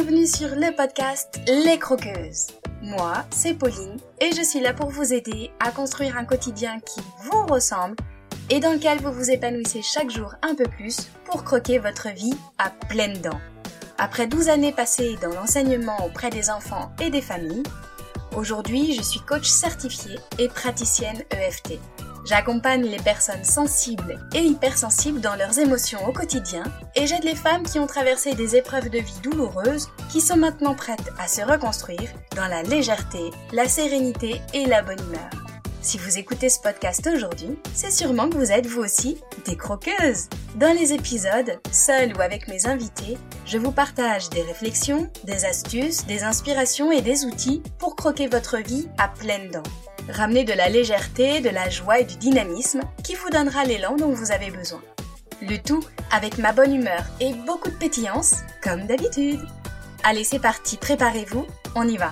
Bienvenue sur le podcast Les Croqueuses. Moi, c'est Pauline et je suis là pour vous aider à construire un quotidien qui vous ressemble et dans lequel vous vous épanouissez chaque jour un peu plus pour croquer votre vie à pleines dents. Après 12 années passées dans l'enseignement auprès des enfants et des familles, aujourd'hui je suis coach certifiée et praticienne EFT. J'accompagne les personnes sensibles et hypersensibles dans leurs émotions au quotidien et j'aide les femmes qui ont traversé des épreuves de vie douloureuses qui sont maintenant prêtes à se reconstruire dans la légèreté, la sérénité et la bonne humeur. Si vous écoutez ce podcast aujourd'hui, c'est sûrement que vous êtes vous aussi des croqueuses. Dans les épisodes, seule ou avec mes invités, je vous partage des réflexions, des astuces, des inspirations et des outils pour croquer votre vie à pleines dents. Ramenez de la légèreté, de la joie et du dynamisme qui vous donnera l'élan dont vous avez besoin. Le tout avec ma bonne humeur et beaucoup de pétillance, comme d'habitude. Allez, c'est parti, préparez-vous, on y va.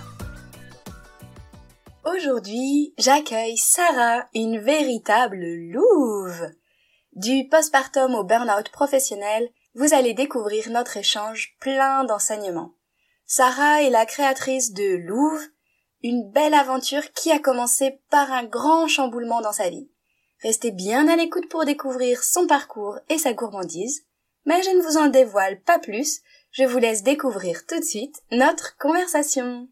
Aujourd'hui, j'accueille Sarah, une véritable louve. Du postpartum au burn-out professionnel, vous allez découvrir notre échange plein d'enseignements. Sarah est la créatrice de Louve, une belle aventure qui a commencé par un grand chamboulement dans sa vie. Restez bien à l'écoute pour découvrir son parcours et sa gourmandise, mais je ne vous en dévoile pas plus, je vous laisse découvrir tout de suite notre conversation.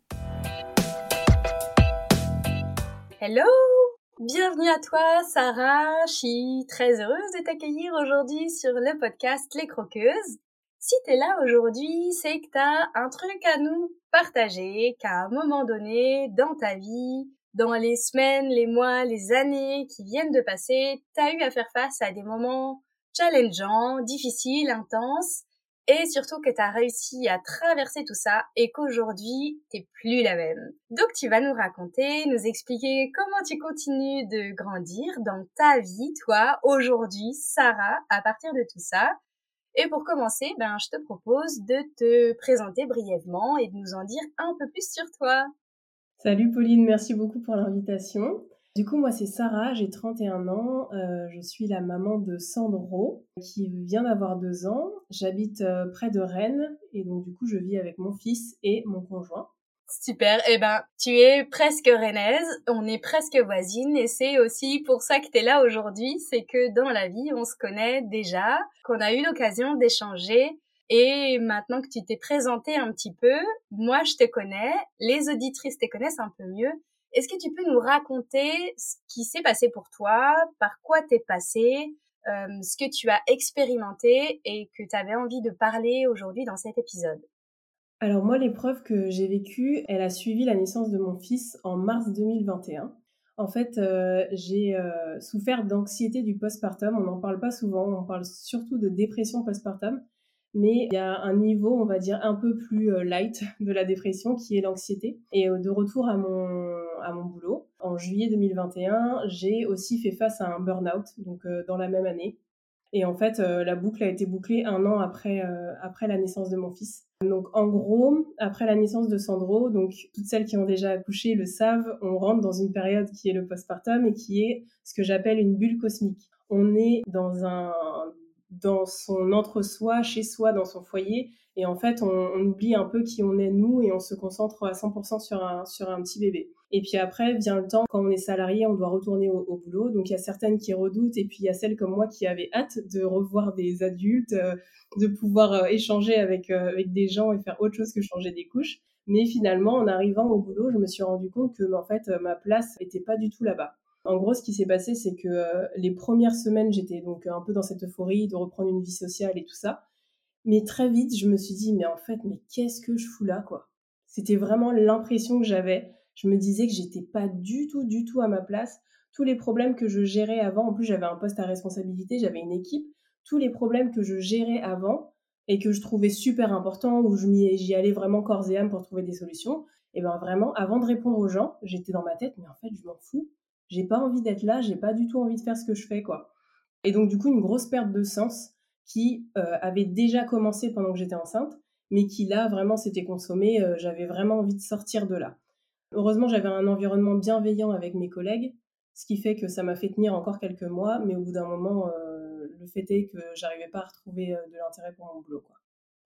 Hello! Bienvenue à toi Sarah, je suis très heureuse de t'accueillir aujourd'hui sur le podcast Les Croqueuses. Si t'es là aujourd'hui, c'est que t'as un truc à nous partager, qu'à un moment donné, dans ta vie, dans les semaines, les mois, les années qui viennent de passer, t'as eu à faire face à des moments challengeants, difficiles, intenses, et surtout que t'as réussi à traverser tout ça et qu'aujourd'hui, t'es plus la même. Donc tu vas nous raconter, nous expliquer comment tu continues de grandir dans ta vie, toi, aujourd'hui, Sarah, à partir de tout ça. Et pour commencer, je te propose de te présenter brièvement et de nous en dire un peu plus sur toi. Salut Pauline, merci beaucoup pour l'invitation. Du coup, moi c'est Sarah, j'ai 31 ans, je suis la maman de Sandro qui vient d'avoir 2 ans. J'habite près de Rennes et donc du coup je vis avec mon fils et mon conjoint. Super, tu es presque rennaise, on est presque voisines et c'est aussi pour ça que t'es là aujourd'hui, c'est que dans la vie on se connaît déjà, qu'on a eu l'occasion d'échanger et maintenant que tu t'es présentée un petit peu, moi je te connais, les auditrices te connaissent un peu mieux. Est-ce que tu peux nous raconter ce qui s'est passé pour toi, par quoi t'es passée, ce que tu as expérimenté et que tu avais envie de parler aujourd'hui dans cet épisode? Alors moi l'épreuve que j'ai vécue, elle a suivi la naissance de mon fils en mars 2021. En fait, j'ai souffert d'anxiété du postpartum, on n'en parle pas souvent, on parle surtout de dépression postpartum. Mais il y a un niveau, on va dire, un peu plus light de la dépression qui est l'anxiété. Et de retour à mon boulot, en juillet 2021, j'ai aussi fait face à un burn-out, donc dans la même année. Et en fait, la boucle a été bouclée 1 an après la naissance de mon fils. Donc en gros, après la naissance de Sandro, donc toutes celles qui ont déjà accouché le savent, on rentre dans une période qui est le postpartum et qui est ce que j'appelle une bulle cosmique. On est dans son entre-soi, chez soi, dans son foyer, et en fait, on oublie un peu qui on est nous et on se concentre à 100% sur un petit bébé. Et puis après vient le temps, quand on est salarié, on doit retourner au boulot, donc il y a certaines qui redoutent, et puis il y a celles comme moi qui avaient hâte de revoir des adultes, de pouvoir échanger avec des gens et faire autre chose que changer des couches. Mais finalement, en arrivant au boulot, je me suis rendu compte que en fait, ma place n'était pas du tout là-bas. En gros, ce qui s'est passé, c'est que les premières semaines, j'étais donc un peu dans cette euphorie de reprendre une vie sociale et tout ça. Mais très vite, je me suis dit, mais en fait, mais qu'est-ce que je fous là, quoi? C'était vraiment l'impression que j'avais. Je me disais que j'étais pas du tout à ma place. Tous les problèmes que je gérais avant, en plus j'avais un poste à responsabilité, j'avais une équipe, tous les problèmes que je gérais avant et que je trouvais super importants, où j'y allais vraiment corps et âme pour trouver des solutions, et ben vraiment, avant de répondre aux gens, j'étais dans ma tête, mais en fait, je m'en fous. J'ai pas envie d'être là, j'ai pas du tout envie de faire ce que je fais, quoi. Et donc, du coup, une grosse perte de sens qui avait déjà commencé pendant que j'étais enceinte, mais qui là, vraiment, s'était consommée. J'avais vraiment envie de sortir de là. Heureusement, j'avais un environnement bienveillant avec mes collègues, ce qui fait que ça m'a fait tenir encore quelques mois, mais au bout d'un moment, le fait est que j'arrivais pas à retrouver de l'intérêt pour mon boulot, quoi.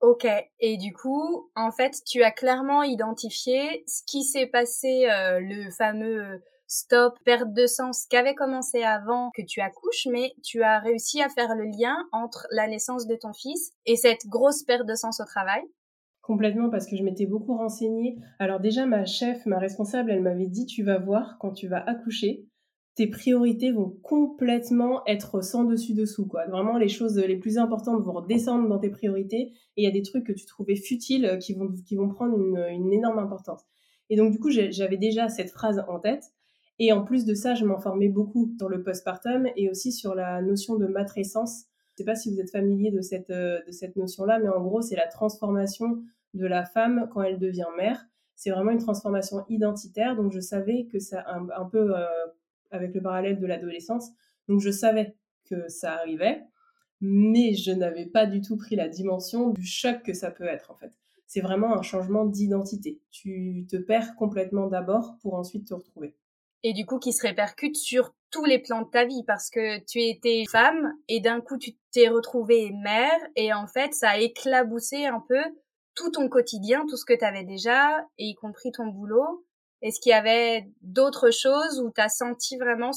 Ok. Et du coup, en fait, tu as clairement identifié ce qui s'est passé, le fameux stop, perte de sens qui avait commencé avant que tu accouches, mais tu as réussi à faire le lien entre la naissance de ton fils et cette grosse perte de sens au travail. Complètement, parce que je m'étais beaucoup renseignée. Alors déjà, ma chef, ma responsable, elle m'avait dit: «Tu vas voir, quand tu vas accoucher, tes priorités vont complètement être sans dessus dessous, quoi. Vraiment, les choses les plus importantes vont redescendre dans tes priorités et il y a des trucs que tu trouvais futiles, qui vont prendre une énorme importance». Et donc du coup, j'avais déjà cette phrase en tête et en plus de ça, je m'informais beaucoup sur le postpartum et aussi sur la notion de matrescence. Je sais pas si vous êtes familier de cette notion-là, mais en gros, c'est la transformation de la femme quand elle devient mère. C'est vraiment une transformation identitaire, donc je savais que ça, un peu avec le parallèle de l'adolescence, donc je savais que ça arrivait, mais je n'avais pas du tout pris la dimension du choc que ça peut être en fait. C'est vraiment un changement d'identité. Tu te perds complètement d'abord pour ensuite te retrouver. Et du coup, qui se répercute sur tous les plans de ta vie parce que tu étais femme et d'un coup, tu t'es retrouvée mère et en fait, ça a éclaboussé un peu tout ton quotidien, tout ce que tu avais déjà, et y compris ton boulot. Est-ce qu'il y avait d'autres choses où tu as senti vraiment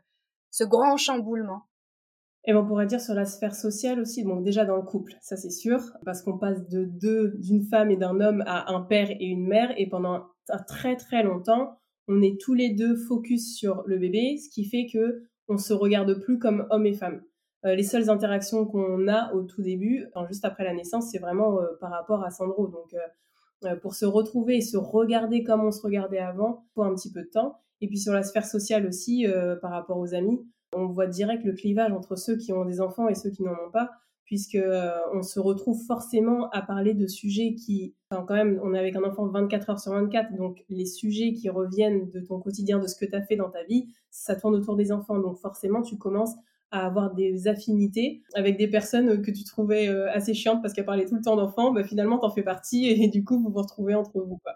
ce grand chamboulement? Et on pourrait dire sur la sphère sociale aussi, donc déjà dans le couple, ça c'est sûr, parce qu'on passe d'une femme et d'un homme à un père et une mère, et pendant un très très longtemps, on est tous les deux focus sur le bébé, ce qui fait que on se regarde plus comme homme et femme. Les seules interactions qu'on a au tout début, enfin, juste après la naissance, c'est vraiment par rapport à Sandro. Donc pour se retrouver et se regarder comme on se regardait avant, il faut un petit peu de temps. Et puis sur la sphère sociale aussi, par rapport aux amis, on voit direct le clivage entre ceux qui ont des enfants et ceux qui n'en ont pas, puisque on se retrouve forcément à parler de sujets qui, enfin, quand même, on est avec un enfant 24 heures sur 24, donc les sujets qui reviennent de ton quotidien, de ce que tu as fait dans ta vie, ça tourne autour des enfants. Donc forcément, tu commences à avoir des affinités avec des personnes que tu trouvais assez chiantes parce qu'elles parlaient tout le temps d'enfants, bah, finalement, t'en fais partie et du coup, vous vous retrouvez entre vous, quoi.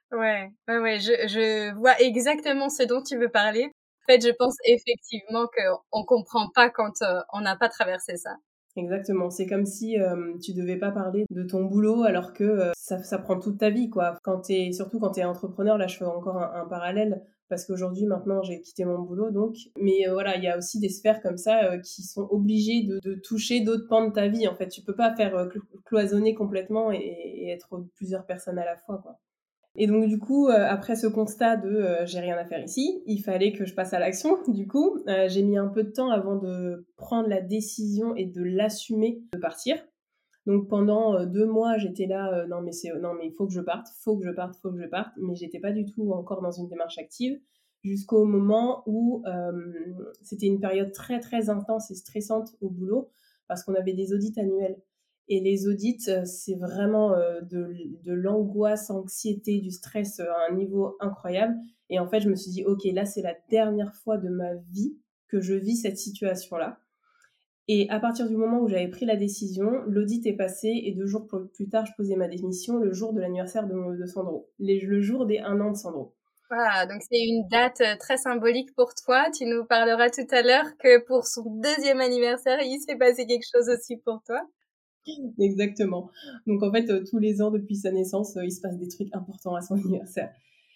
Ouais, je vois exactement ce dont tu veux parler. En fait, je pense effectivement qu'on comprend pas quand on n'a pas traversé ça. Exactement. C'est comme si tu devais pas parler de ton boulot alors que ça prend toute ta vie, quoi. Surtout quand tu es entrepreneur, là, je fais encore un parallèle parce qu'aujourd'hui, maintenant, j'ai quitté mon boulot, donc. Mais voilà, il y a aussi des sphères comme ça qui sont obligées de toucher d'autres pans de ta vie. En fait, tu peux pas faire cloisonner complètement et être plusieurs personnes à la fois, quoi. Et donc du coup, après ce constat de j'ai rien à faire ici, il fallait que je passe à l'action. Du coup, j'ai mis un peu de temps avant de prendre la décision et de l'assumer de partir. Donc pendant 2 mois, j'étais là, non mais il faut que je parte, faut que je parte, faut que je parte, mais j'étais pas du tout encore dans une démarche active jusqu'au moment où c'était une période très très intense et stressante au boulot parce qu'on avait des audits annuels. Et les audits, c'est vraiment de l'angoisse, anxiété, du stress à un niveau incroyable. Et en fait, je me suis dit, ok, là, c'est la dernière fois de ma vie que je vis cette situation-là. Et à partir du moment où j'avais pris la décision, l'audit est passé et 2 jours plus tard, je posais ma démission le jour de l'anniversaire de Sandro, le jour des 1 an de Sandro. Voilà, donc c'est une date très symbolique pour toi. Tu nous parleras tout à l'heure que pour son deuxième anniversaire, il s'est passé quelque chose aussi pour toi. Exactement. Donc en fait, tous les ans depuis sa naissance, il se passe des trucs importants à son anniversaire.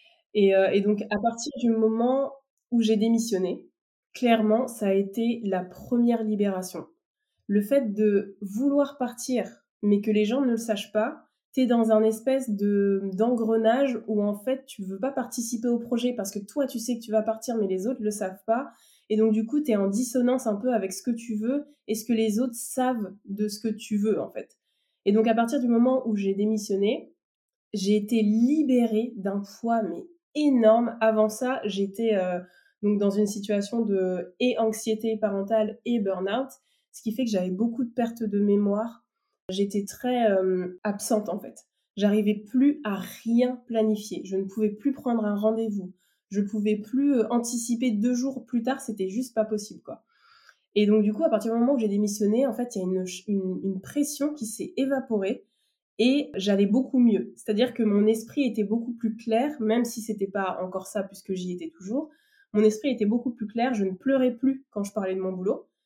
Et donc à partir du moment où j'ai démissionné, clairement, ça a été la première libération. Le fait de vouloir partir, mais que les gens ne le sachent pas, tu es dans un espèce d'engrenage où en fait tu veux pas participer au projet parce que toi tu sais que tu vas partir mais les autres le savent pas. Et donc du coup tu es en dissonance un peu avec ce que tu veux et ce que les autres savent de ce que tu veux en fait. Et donc à partir du moment où j'ai démissionné, j'ai été libérée d'un poids mais énorme. Avant ça, j'étais donc dans une situation de et anxiété parentale et burn-out, ce qui fait que j'avais beaucoup de pertes de mémoire. J'étais très absente en fait. J'arrivais plus à rien planifier. Je ne pouvais plus prendre un rendez-vous. Je pouvais plus anticiper 2 jours plus tard. C'était juste pas possible, quoi. Et donc du coup, à partir du moment où j'ai démissionné, en fait, il y a une pression qui s'est évaporée et j'allais beaucoup mieux. C'est-à-dire que mon esprit était beaucoup plus clair, même si c'était pas encore ça puisque j'y étais toujours. Mon esprit était beaucoup plus clair. Je ne pleurais plus quand je parlais de mon boulot.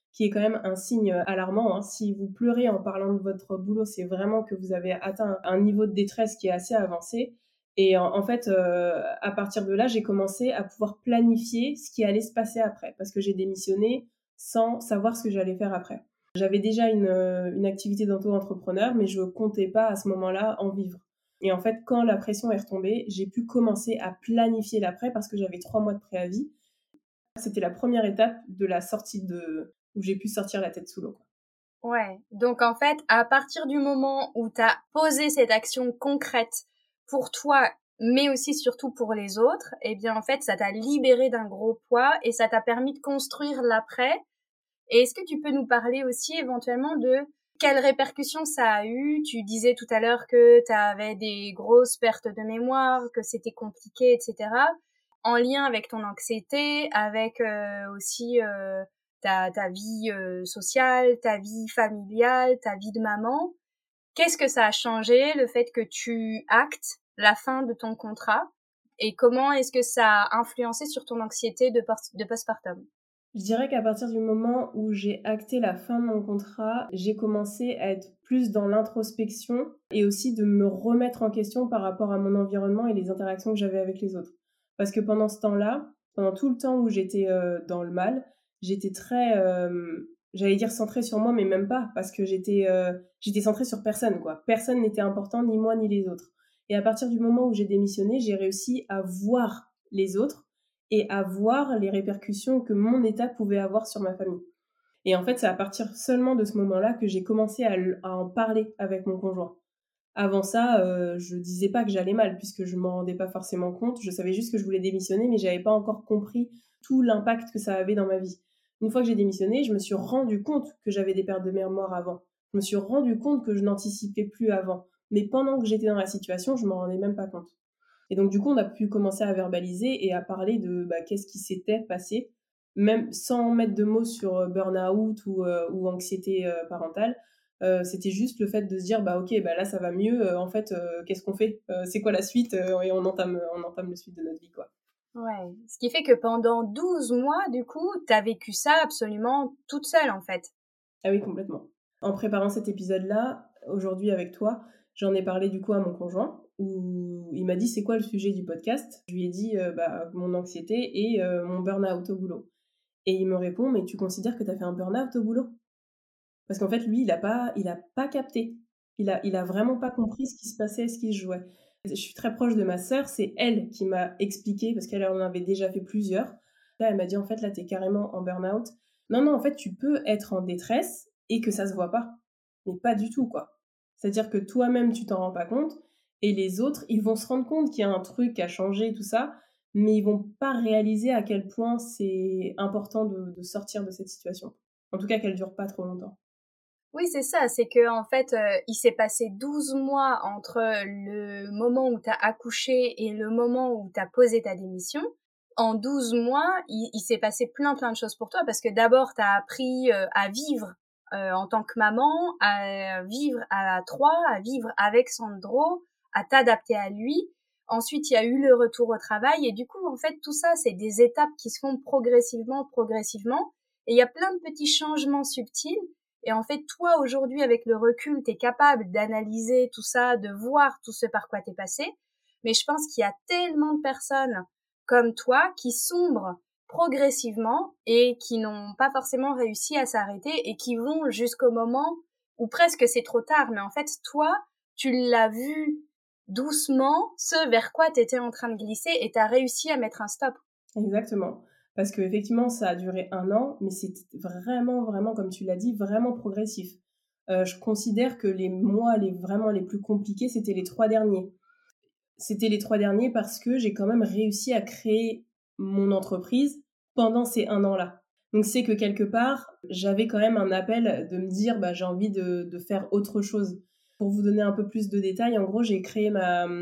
qui est quand même un signe alarmant, hein. Si vous pleurez en parlant de votre boulot, c'est vraiment que vous avez atteint un niveau de détresse qui est assez avancé. Et en fait, à partir de là, j'ai commencé à pouvoir planifier ce qui allait se passer après, parce que j'ai démissionné sans savoir ce que j'allais faire après. J'avais déjà une activité d'auto-entrepreneur, mais je comptais pas à ce moment-là en vivre. Et en fait, quand la pression est retombée, j'ai pu commencer à planifier l'après parce que j'avais 3 mois de préavis. C'était la première étape de la sortie où j'ai pu sortir la tête sous l'eau, quoi. Ouais. Donc en fait, à partir du moment où tu as posé cette action concrète pour toi, mais aussi surtout pour les autres, eh bien en fait, ça t'a libéré d'un gros poids et ça t'a permis de construire l'après. Et est-ce que tu peux nous parler aussi éventuellement de quelles répercussions ça a eu? Tu disais tout à l'heure que tu avais des grosses pertes de mémoire, que c'était compliqué, etc. En lien avec ton anxiété, avec aussi ta vie sociale, ta vie familiale, ta vie de maman. Qu'est-ce que ça a changé, le fait que tu actes la fin de ton contrat? Et comment est-ce que ça a influencé sur ton anxiété de postpartum? Je dirais qu'à partir du moment où j'ai acté la fin de mon contrat, j'ai commencé à être plus dans l'introspection et aussi de me remettre en question par rapport à mon environnement et les interactions que j'avais avec les autres. Parce que pendant ce temps-là, pendant tout le temps où j'étais dans le mal, j'étais très, j'allais dire centrée sur moi, mais même pas, parce que j'étais centrée sur personne, quoi. Personne n'était important, ni moi ni les autres. Et à partir du moment où j'ai démissionné, j'ai réussi à voir les autres et à voir les répercussions que mon état pouvait avoir sur ma famille. Et en fait, c'est à partir seulement de ce moment-là que j'ai commencé à en parler avec mon conjoint. Avant ça, je disais pas que j'allais mal puisque je m'en rendais pas forcément compte. Je savais juste que je voulais démissionner, mais j'avais pas encore compris tout l'impact que ça avait dans ma vie. Une fois que j'ai démissionné, je me suis rendu compte que j'avais des pertes de mémoire avant. Je me suis rendu compte que je n'anticipais plus avant. Mais pendant que j'étais dans la situation, je m'en rendais même pas compte. Et donc, du coup, on a pu commencer à verbaliser et à parler de qu'est-ce qui s'était passé, même sans mettre de mots sur burn-out ou anxiété parentale. C'était juste le fait de se dire, ok, là, ça va mieux. En fait, qu'est-ce qu'on fait? C'est quoi la suite? Et on entame le suite de notre vie, quoi. Ouais. Ce qui fait que pendant 12 mois, du coup, t'as vécu ça absolument toute seule, en fait. Ah oui, complètement. En préparant cet épisode-là, aujourd'hui avec toi, j'en ai parlé du coup à mon conjoint, où il m'a dit c'est quoi le sujet du podcast. Je lui ai dit mon anxiété et mon burn-out au boulot. Et il me répond mais tu considères que tu as fait un burn-out au boulot? Parce qu'en fait lui il a pas capté. Il a vraiment pas compris ce qui se passait, ce qui se jouait. Je suis très proche de ma sœur, c'est elle qui m'a expliqué parce qu'elle en avait déjà fait plusieurs. Là elle m'a dit en fait là t'es carrément en burn-out. Non, en fait, tu peux être en détresse et que ça se voit pas. Mais pas du tout, quoi. C'est-à-dire que toi-même, tu t'en rends pas compte et les autres, ils vont se rendre compte qu'il y a un truc à changer, tout ça, mais ils vont pas réaliser à quel point c'est important de sortir de cette situation. En tout cas, qu'elle dure pas trop longtemps. Oui, c'est ça, c'est que en fait, il s'est passé 12 mois entre le moment où t'as accouché et le moment où t'as posé ta démission. En 12 mois, il s'est passé plein de choses pour toi parce que d'abord, t'as appris à vivre en tant que maman, à vivre à trois, à vivre avec Sandro, à t'adapter à lui. Ensuite, il y a eu le retour au travail et du coup, en fait, tout ça, c'est des étapes qui se font progressivement. Et il y a plein de petits changements subtils. Et en fait, toi, aujourd'hui, avec le recul, t'es capable d'analyser tout ça, de voir tout ce par quoi t'es passé. Mais je pense qu'il y a tellement de personnes comme toi qui sombrent progressivement et qui n'ont pas forcément réussi à s'arrêter et qui vont jusqu'au moment où presque c'est trop tard. Mais en fait, toi, tu l'as vu doucement, ce vers quoi t'étais en train de glisser et t'as réussi à mettre un stop. Exactement. Parce qu'effectivement, ça a duré 1 an, mais c'était vraiment, vraiment, comme tu l'as dit, vraiment progressif. Je considère que les mois vraiment les plus compliqués, c'était les 3 derniers. C'était les 3 derniers parce que j'ai quand même réussi à créer mon entreprise pendant ces 1 an-là. Donc c'est que quelque part, j'avais quand même un appel de me dire j'ai envie de faire autre chose. Pour vous donner un peu plus de détails, en gros, j'ai créé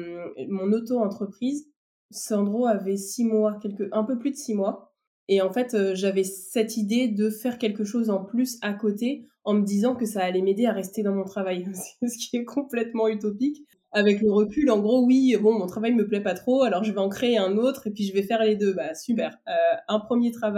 mon auto-entreprise. Sandro avait 6 mois, un peu plus de 6 mois. Et en fait, j'avais cette idée de faire quelque chose en plus à côté en me disant que ça allait m'aider à rester dans mon travail, ce qui est complètement utopique. Avec le recul, en gros, oui, mon travail me plaît pas trop, alors je vais en créer un autre et puis je vais faire les deux. Super. Un premier travail,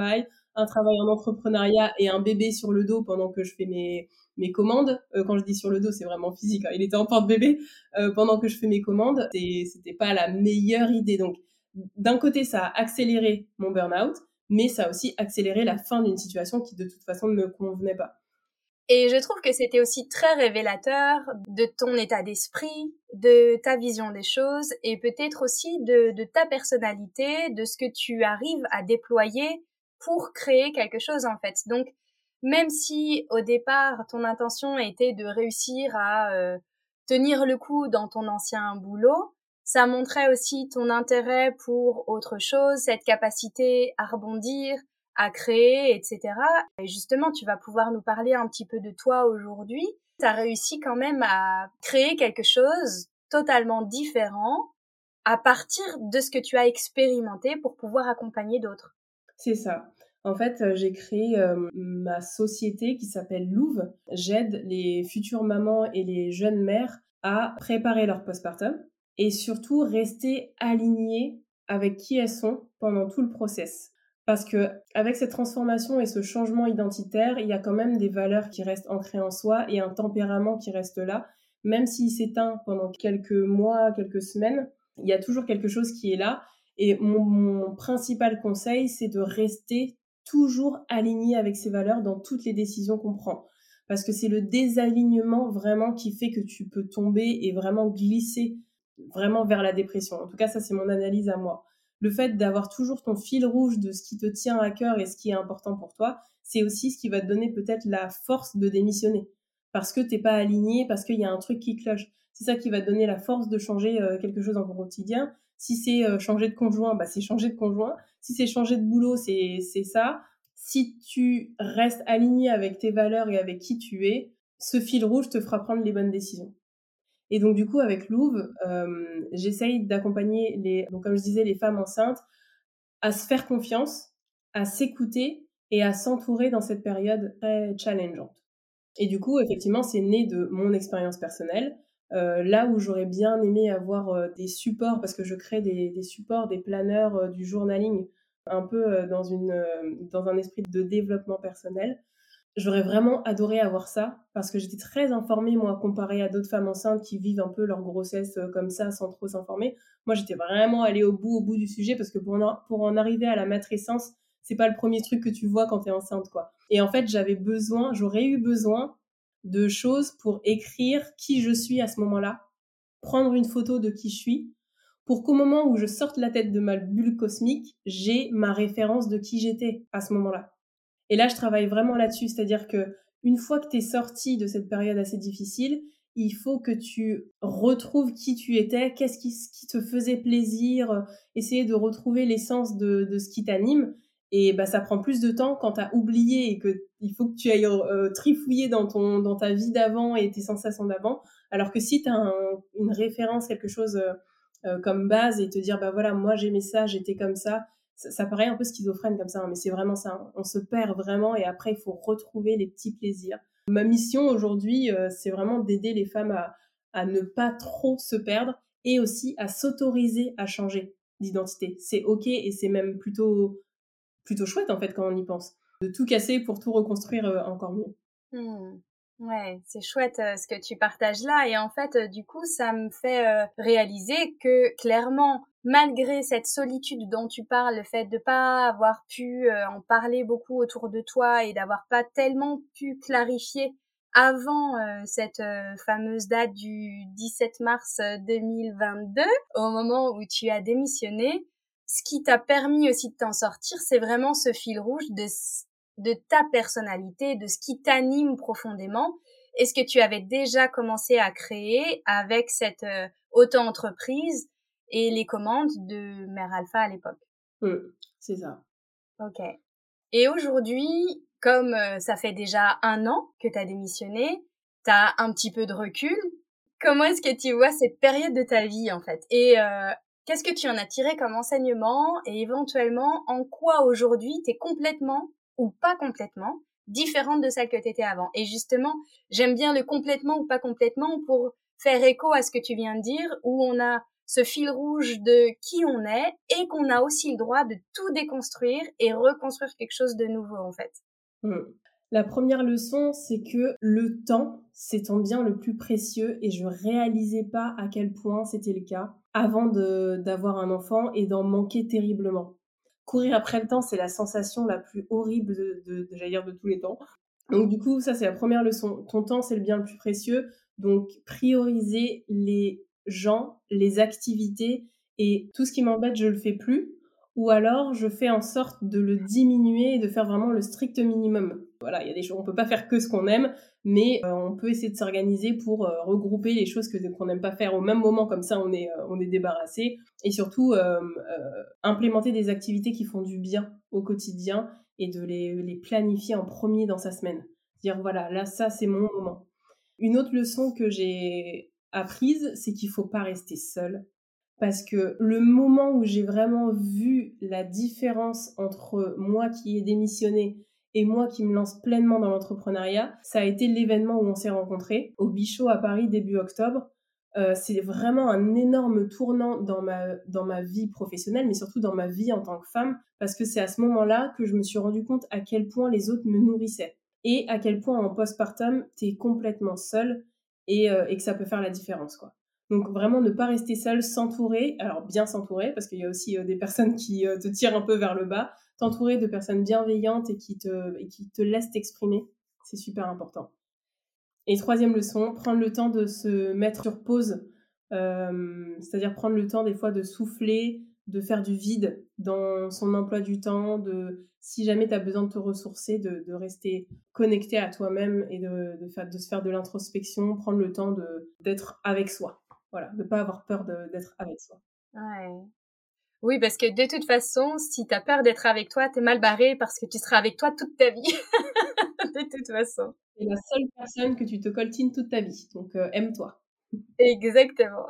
un travail en entrepreneuriat et un bébé sur le dos pendant que je fais mes commandes. Quand je dis sur le dos, c'est vraiment physique, hein. Il était en porte-bébé pendant que je fais mes commandes. C'était pas la meilleure idée. Donc, d'un côté, ça a accéléré mon burn-out, mais ça a aussi accéléré la fin d'une situation qui, de toute façon, ne me convenait pas. Et je trouve que c'était aussi très révélateur de ton état d'esprit, de ta vision des choses et peut-être aussi de ta personnalité, de ce que tu arrives à déployer pour créer quelque chose en fait. Donc, même si au départ ton intention était de réussir à tenir le coup dans ton ancien boulot, ça montrait aussi ton intérêt pour autre chose, cette capacité à rebondir, à créer, etc. Et justement, tu vas pouvoir nous parler un petit peu de toi aujourd'hui. Tu as réussi quand même à créer quelque chose totalement différent à partir de ce que tu as expérimenté pour pouvoir accompagner d'autres. C'est ça. En fait, j'ai créé ma société qui s'appelle Louve. J'aide les futures mamans et les jeunes mères à préparer leur postpartum et surtout rester alignées avec qui elles sont pendant tout le process. Parce que avec cette transformation et ce changement identitaire, il y a quand même des valeurs qui restent ancrées en soi et un tempérament qui reste là. Même s'il s'éteint pendant quelques mois, quelques semaines, il y a toujours quelque chose qui est là. Et mon principal conseil, c'est de rester toujours aligné avec ses valeurs dans toutes les décisions qu'on prend. Parce que c'est le désalignement vraiment qui fait que tu peux tomber et vraiment glisser vraiment vers la dépression. En tout cas, ça, c'est mon analyse à moi. Le fait d'avoir toujours ton fil rouge de ce qui te tient à cœur et ce qui est important pour toi, c'est aussi ce qui va te donner peut-être la force de démissionner. Parce que t'es pas aligné, parce qu'il y a un truc qui cloche. C'est ça qui va te donner la force de changer quelque chose dans ton quotidien. Si c'est changer de conjoint, bah c'est changer de conjoint. Si c'est changer de boulot, c'est ça. Si tu restes aligné avec tes valeurs et avec qui tu es, ce fil rouge te fera prendre les bonnes décisions. Et donc du coup, avec Louve, j'essaye d'accompagner donc comme je disais, les femmes enceintes à se faire confiance, à s'écouter et à s'entourer dans cette période très challengeante. Et du coup, effectivement, c'est né de mon expérience personnelle. Là où j'aurais bien aimé avoir des supports, parce que je crée des supports, des planeurs, du journaling, un peu dans un esprit de développement personnel. J'aurais vraiment adoré avoir ça, parce que j'étais très informée, moi, comparée à d'autres femmes enceintes qui vivent un peu leur grossesse comme ça, sans trop s'informer. Moi, j'étais vraiment allée au bout du sujet, parce que pour en arriver à la matrescence, c'est pas le premier truc que tu vois quand t'es enceinte, quoi. Et en fait, j'aurais eu besoin de choses pour écrire qui je suis à ce moment-là, prendre une photo de qui je suis, pour qu'au moment où je sorte la tête de ma bulle cosmique, j'ai ma référence de qui j'étais à ce moment-là. Et là, je travaille vraiment là-dessus, c'est-à-dire que une fois que tu es sorti de cette période assez difficile, il faut que tu retrouves qui tu étais, qu'est-ce qui te faisait plaisir, essayer de retrouver l'essence de ce qui t'anime. Et bah, ça prend plus de temps quand tu as oublié et que il faut que tu ailles trifouiller dans ta vie d'avant et tes sensations d'avant. Alors que si tu as une référence, quelque chose comme base et te dire, bah voilà, moi j'aimais ça, j'étais comme ça paraît un peu schizophrène comme ça, hein, mais c'est vraiment ça. Hein. On se perd vraiment et après, il faut retrouver les petits plaisirs. Ma mission aujourd'hui, c'est vraiment d'aider les femmes à ne pas trop se perdre et aussi à s'autoriser à changer d'identité. C'est OK et c'est même plutôt chouette en fait quand on y pense. De tout casser pour tout reconstruire encore mieux. Ouais, c'est chouette ce que tu partages là et en fait du coup ça me fait réaliser que clairement malgré cette solitude dont tu parles, le fait de pas avoir pu en parler beaucoup autour de toi et d'avoir pas tellement pu clarifier avant cette fameuse date du 17 mars 2022 au moment où tu as démissionné, ce qui t'a permis aussi de t'en sortir, c'est vraiment ce fil rouge de ta personnalité, de ce qui t'anime profondément et ce que tu avais déjà commencé à créer avec cette auto-entreprise et les commandes de Mère Alpha à l'époque. C'est ça. Ok. Et aujourd'hui, comme ça fait déjà 1 an que tu as démissionné, tu as un petit peu de recul. Comment est-ce que tu vois cette période de ta vie en fait? Et qu'est-ce que tu en as tiré comme enseignement et éventuellement en quoi aujourd'hui tu es complètement ou pas complètement différente de celle que tu étais avant? Et justement, j'aime bien le complètement ou pas complètement pour faire écho à ce que tu viens de dire où on a ce fil rouge de qui on est et qu'on a aussi le droit de tout déconstruire et reconstruire quelque chose de nouveau en fait. La première leçon, c'est que le temps, c'est ton bien le plus précieux et je réalisais pas à quel point c'était le cas avant d'avoir un enfant et d'en manquer terriblement. Courir après le temps, c'est la sensation la plus horrible j'allais dire, de tous les temps. Donc du coup, ça c'est la première leçon. Ton temps, c'est le bien le plus précieux. Donc prioriser les gens, les activités et tout ce qui m'embête, je le fais plus. Ou alors, je fais en sorte de le diminuer et de faire vraiment le strict minimum. Voilà, il y a des choses, on peut pas faire que ce qu'on aime, mais on peut essayer de s'organiser pour regrouper les choses qu'on n'aime pas faire au même moment, comme ça on est débarrassé. Et surtout, implémenter des activités qui font du bien au quotidien et de les planifier en premier dans sa semaine. Dire voilà, là ça c'est mon moment. Une autre leçon que j'ai apprise, c'est qu'il faut pas rester seul. Parce que le moment où j'ai vraiment vu la différence entre moi qui ai démissionné et moi qui me lance pleinement dans l'entrepreneuriat, ça a été l'événement où on s'est rencontrés, au Bichot à Paris début octobre. C'est vraiment un énorme tournant dans ma vie professionnelle, mais surtout dans ma vie en tant que femme, parce que c'est à ce moment-là que je me suis rendu compte à quel point les autres me nourrissaient et à quel point en postpartum, t'es complètement seule et que ça peut faire la différence, quoi. Donc vraiment ne pas rester seul, s'entourer, alors bien s'entourer, parce qu'il y a aussi des personnes qui te tirent un peu vers le bas, t'entourer de personnes bienveillantes et qui te laissent t'exprimer, c'est super important. Et troisième leçon, prendre le temps de se mettre sur pause, c'est-à-dire prendre le temps des fois de souffler, de faire du vide dans son emploi du temps, si jamais tu as besoin de te ressourcer, de rester connecté à toi-même et de se faire de l'introspection, prendre le temps d'être avec soi. Voilà, de ne pas avoir peur d'être avec soi. Ouais. Oui, parce que de toute façon, si t'as peur d'être avec toi, t'es mal barré parce que tu seras avec toi toute ta vie. De toute façon. C'est la seule personne que tu te coltines toute ta vie, donc aime-toi. Exactement.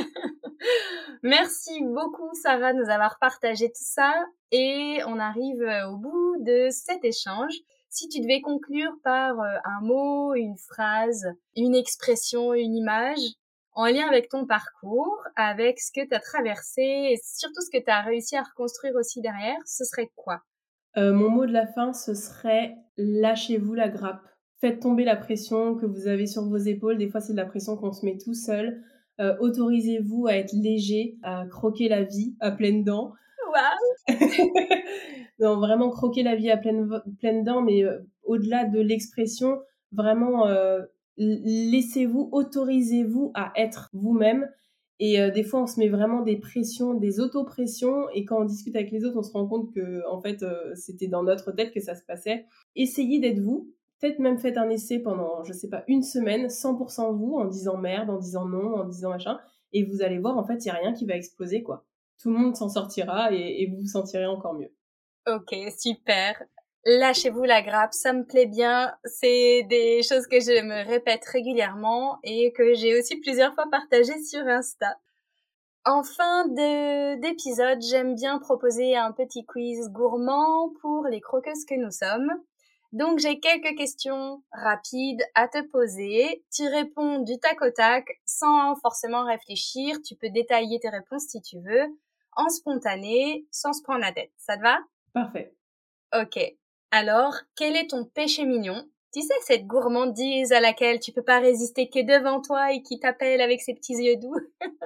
Merci beaucoup, Sarah, de nous avoir partagé tout ça. Et on arrive au bout de cet échange. Si tu devais conclure par un mot, une phrase, une expression, une image, en lien avec ton parcours, avec ce que tu as traversé et surtout ce que tu as réussi à reconstruire aussi derrière, ce serait quoi? Mon mot de la fin, ce serait « lâchez-vous la grappe ». Faites tomber la pression que vous avez sur vos épaules. Des fois, c'est de la pression qu'on se met tout seul. Autorisez-vous à être léger, à croquer la vie à pleines dents. Waouh! Non, vraiment croquer la vie à pleines dents, mais au-delà de l'expression, vraiment laissez-vous, autorisez-vous à être vous-même. Et des fois, on se met vraiment des pressions, des autopressions, et quand on discute avec les autres, on se rend compte que en fait, c'était dans notre tête que ça se passait. Essayez d'être vous. Peut-être même faites un essai pendant, je sais pas, une semaine, 100% vous, en disant merde, en disant non, en disant machin, et vous allez voir, en fait, il y a rien qui va exploser, quoi. Tout le monde s'en sortira et vous vous sentirez encore mieux. Ok, super. Lâchez-vous la grappe, ça me plaît bien. C'est des choses que je me répète régulièrement et que j'ai aussi plusieurs fois partagées sur Insta. En fin d'épisode, j'aime bien proposer un petit quiz gourmand pour les croqueuses que nous sommes. Donc j'ai quelques questions rapides à te poser. Tu réponds du tac au tac sans forcément réfléchir. Tu peux détailler tes réponses si tu veux, en spontané, sans se prendre la tête. Ça te va? Parfait. Ok. Alors, quel est ton péché mignon? Tu sais, cette gourmandise à laquelle tu peux pas résister, qui est devant toi et qui t'appelle avec ses petits yeux doux?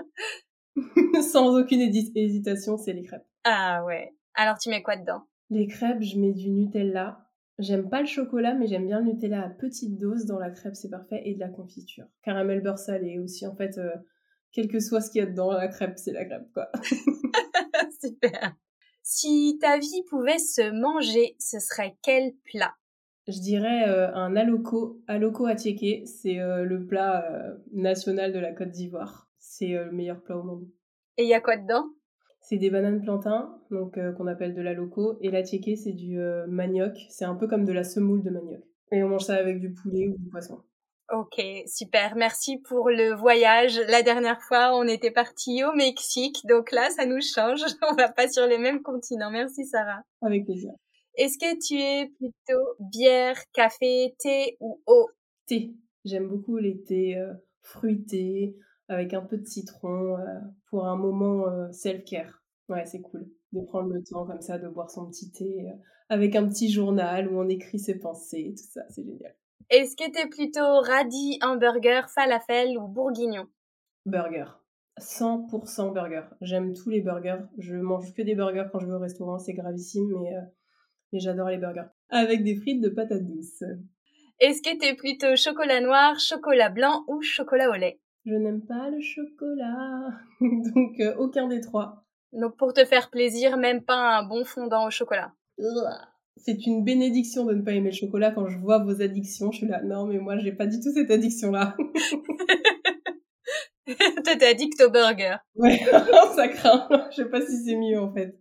Sans aucune hésitation, c'est les crêpes. Ah ouais. Alors tu mets quoi dedans? Les crêpes, je mets du Nutella. J'aime pas le chocolat, mais j'aime bien le Nutella à petite dose dans la crêpe, c'est parfait. Et de la confiture. Caramel beurre salé aussi, en fait, quel que soit ce qu'il y a dedans, la crêpe, c'est la crêpe, quoi. Super. Si ta vie pouvait se manger, ce serait quel plat? Je dirais un aloko à tchéké. C'est le plat national de la Côte d'Ivoire. C'est le meilleur plat au monde. Et il y a quoi dedans? C'est des bananes plantains, donc qu'on appelle de la loco, et la tchéké, c'est du manioc. C'est un peu comme de la semoule de manioc. Et on mange ça avec du poulet ou du poisson. Ok, super. Merci pour le voyage. La dernière fois, on était parti au Mexique, donc là, ça nous change. On va pas sur les mêmes continents. Merci, Sarah. Avec plaisir. Est-ce que tu es plutôt bière, café, thé ou eau? Thé. J'aime beaucoup les thés fruités, avec un peu de citron pour un moment self-care. Ouais, c'est cool de prendre le temps comme ça, de boire son petit thé avec un petit journal où on écrit ses pensées, tout ça, c'est génial. Est-ce que t'es plutôt radis, hamburger, falafel ou bourguignon? Burger. 100% burger. J'aime tous les burgers. Je mange que des burgers quand je vais au restaurant, c'est gravissime, mais j'adore les burgers. Avec des frites de patates douces. Est-ce que t'es plutôt chocolat noir, chocolat blanc ou chocolat au lait? Je n'aime pas le chocolat, donc aucun des trois. Donc pour te faire plaisir, même pas un bon fondant au chocolat. C'est une bénédiction de ne pas aimer le chocolat. Quand je vois vos addictions, je suis là, non mais moi j'ai pas du tout cette addiction-là. Toi t'es addict au burger. Ouais, ça craint. Je sais pas si c'est mieux en fait.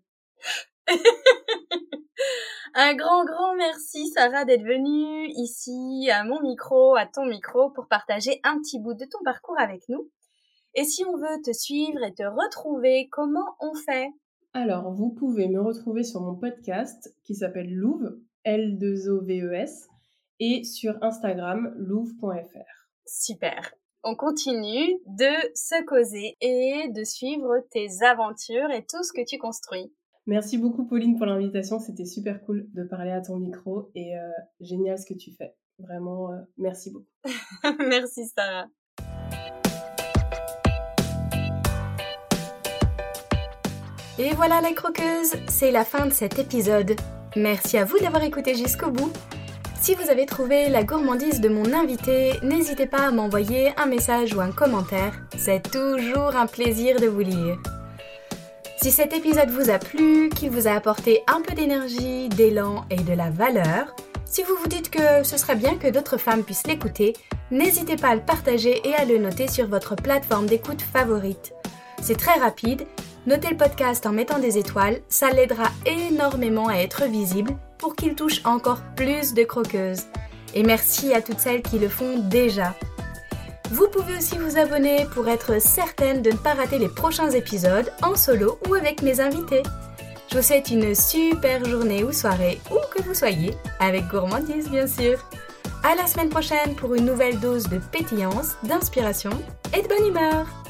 Un grand merci Sarah d'être venue ici à mon micro, à ton micro, pour partager un petit bout de ton parcours avec nous. Et si on veut te suivre et te retrouver, comment on fait? Alors, vous pouvez me retrouver sur mon podcast qui s'appelle Louve, L2OVES, et sur Instagram, louve.fr. Super. On continue de se causer et de suivre tes aventures et tout ce que tu construis. Merci beaucoup Pauline pour l'invitation, c'était super cool de parler à ton micro et génial ce que tu fais. Vraiment, merci beaucoup. Merci Sarah. Et voilà les croqueuses, c'est la fin de cet épisode. Merci à vous d'avoir écouté jusqu'au bout. Si vous avez trouvé la gourmandise de mon invité, n'hésitez pas à m'envoyer un message ou un commentaire. C'est toujours un plaisir de vous lire. Si cet épisode vous a plu, qu'il vous a apporté un peu d'énergie, d'élan et de la valeur, si vous vous dites que ce serait bien que d'autres femmes puissent l'écouter, n'hésitez pas à le partager et à le noter sur votre plateforme d'écoute favorite. C'est très rapide. Notez le podcast en mettant des étoiles, ça l'aidera énormément à être visible pour qu'il touche encore plus de croqueuses. Et merci à toutes celles qui le font déjà. Vous pouvez aussi vous abonner pour être certaine de ne pas rater les prochains épisodes en solo ou avec mes invités. Je vous souhaite une super journée ou soirée, où que vous soyez, avec gourmandise bien sûr. À la semaine prochaine pour une nouvelle dose de pétillance, d'inspiration et de bonne humeur.